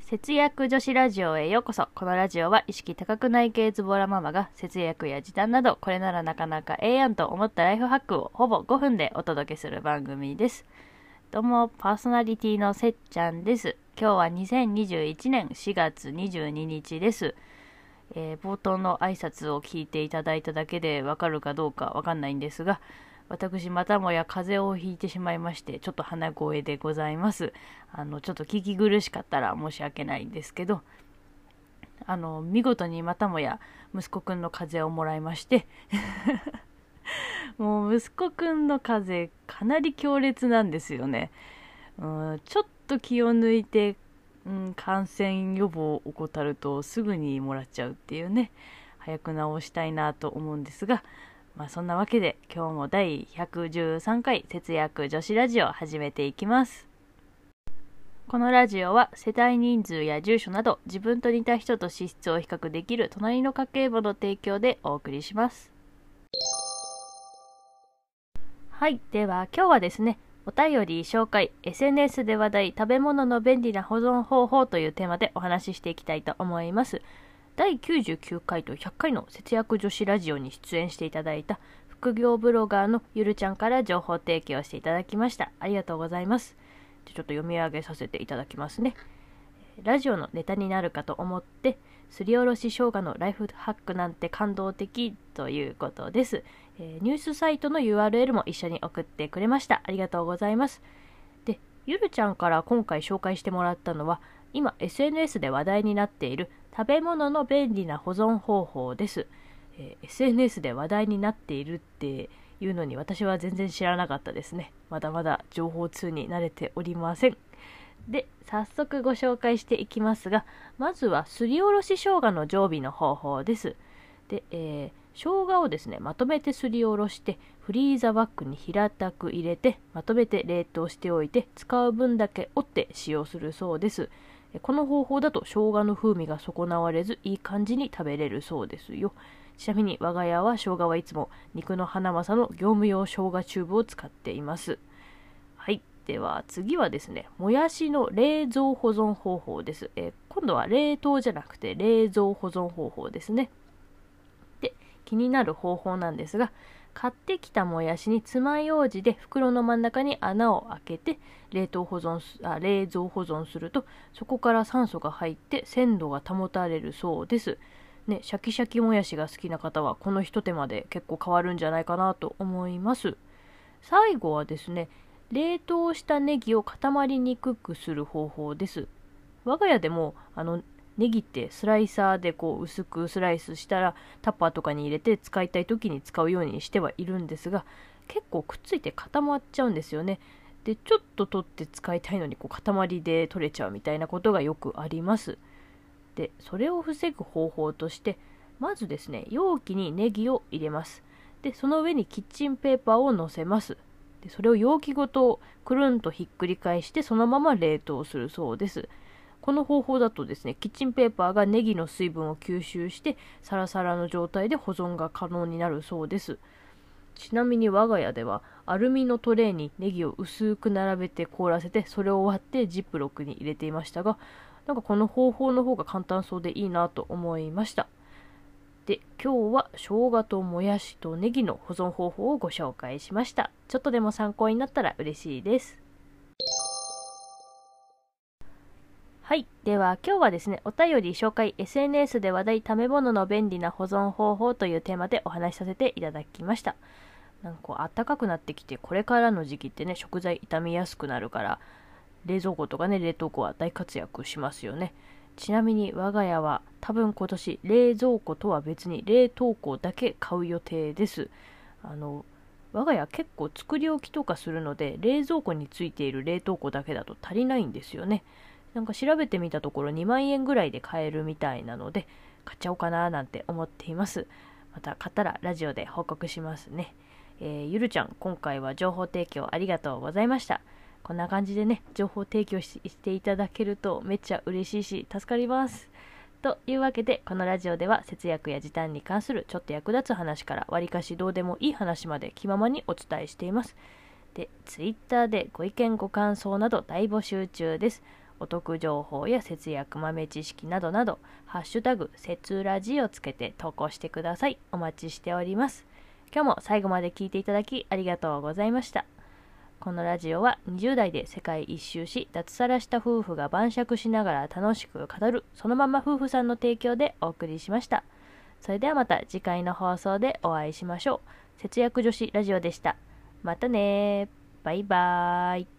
節約女子ラジオへようこそ。このラジオは意識高くない系ズボラママが節約や時短などこれならなかなかええやんと思ったライフハックをほぼ5分でお届けする番組です。どうもパーソナリティのせっちゃんです。今日は2021年4月22日です。冒頭の挨拶を聞いていただいただけでわかるかどうかわかんないんですが、私またもや風邪をひいてしまいまして、ちょっと鼻声でございます。ちょっと聞き苦しかったら申し訳ないんですけど、見事にまたもや息子くんの風邪をもらいましてもう息子くんの風邪かなり強烈なんですよね。ちょっと気を抜いて、感染予防を怠るとすぐにもらっちゃうっていうね、早く治したいなと思うんですが、そんなわけで今日も第113回節約女子ラジオを始めていきます。このラジオは世帯人数や住所など自分と似た人と資質を比較できる隣の家計簿の提供でお送りします。はい、では今日はですね、お便り紹介、SNS で話題、食べ物の便利な保存方法というテーマでお話ししていきたいと思います。第99回と100回の節約女子ラジオに出演していただいた副業ブロガーのゆるちゃんから情報提供していただきました。ありがとうございます。ちょっと読み上げさせていただきますね。ラジオのネタになるかと思ってすりおろし生姜のライフハックなんて感動的ということです。ニュースサイトの URL も一緒に送ってくれました。ありがとうございます。で、ゆるちゃんから今回紹介してもらったのは今 SNS で話題になっている食べ物の便利な保存方法です。SNS で話題になっているっていうのに私は全然知らなかったですね。まだまだ情報通に慣れておりません。で、早速ご紹介していきますが、まずはすりおろし生姜の常備の方法です。で、生姜をですね、まとめてすりおろしてフリーザバッグに平たく入れてまとめて冷凍しておいて使う分だけ折って使用するそうです。この方法だと生姜の風味が損なわれずいい感じに食べれるそうですよ。ちなみに我が家は生姜はいつも肉のハナマサの業務用生姜チューブを使っています。はい、では次はですね、もやしの冷蔵保存方法です。今度は冷凍じゃなくて冷蔵保存方法ですね。で、気になる方法なんですが、買ってきたもやしに爪楊枝で袋の真ん中に穴を開けて冷蔵保存するとそこから酸素が入って鮮度が保たれるそうです。ね、シャキシャキもやしが好きな方はこの一手間で結構変わるんじゃないかなと思います。最後はですね、冷凍したネギを固まりにくくする方法です。我が家でもネギってスライサーで薄くスライスしたらタッパーとかに入れて使いたい時に使うようにしてはいるんですが、結構くっついて固まっちゃうんですよね。で、ちょっと取って使いたいのに塊で取れちゃうみたいなことがよくあります。で、それを防ぐ方法としてまずですね、容器にネギを入れます。で、その上にキッチンペーパーを乗せます。で、それを容器ごとくるんとひっくり返してそのまま冷凍するそうです。この方法だとですね、キッチンペーパーがネギの水分を吸収してサラサラの状態で保存が可能になるそうです。ちなみに我が家ではアルミのトレーにネギを薄く並べて凍らせてそれを割ってジップロックに入れていましたが、なんかこの方法の方が簡単そうでいいなと思いました。で、今日は生姜ともやしとネギの保存方法をご紹介しました。ちょっとでも参考になったら嬉しいです。はい。では今日はですね、お便り紹介、SNS で話題、食べ物の便利な保存方法というテーマでお話しさせていただきました。なんか暖かくなってきて、これからの時期ってね、食材傷みやすくなるから、冷蔵庫とかね、冷凍庫は大活躍しますよね。ちなみに我が家は多分今年冷蔵庫とは別に冷凍庫だけ買う予定です。我が家結構作り置きとかするので、冷蔵庫についている冷凍庫だけだと足りないんですよね。なんか調べてみたところ2万円ぐらいで買えるみたいなので買っちゃおうかななんて思っています。また買ったらラジオで報告しますね。ゆるちゃん、今回は情報提供ありがとうございました。こんな感じでね、情報提供していただけるとめっちゃ嬉しいし助かります。というわけで、このラジオでは節約や時短に関するちょっと役立つ話からわりかしどうでもいい話まで気ままにお伝えしています。で、ツイッターでご意見ご感想など大募集中です。 お得情報や節約豆知識などなど、ハッシュタグ節ラジをつけて投稿してください。お待ちしております。今日も最後まで聞いていただきありがとうございました。このラジオは20代で世界一周し脱サラした夫婦が晩酌しながら楽しく語るそのまま夫婦さんの提供でお送りしました。それではまた次回の放送でお会いしましょう。節約女子ラジオでした。またね。バイバーイ。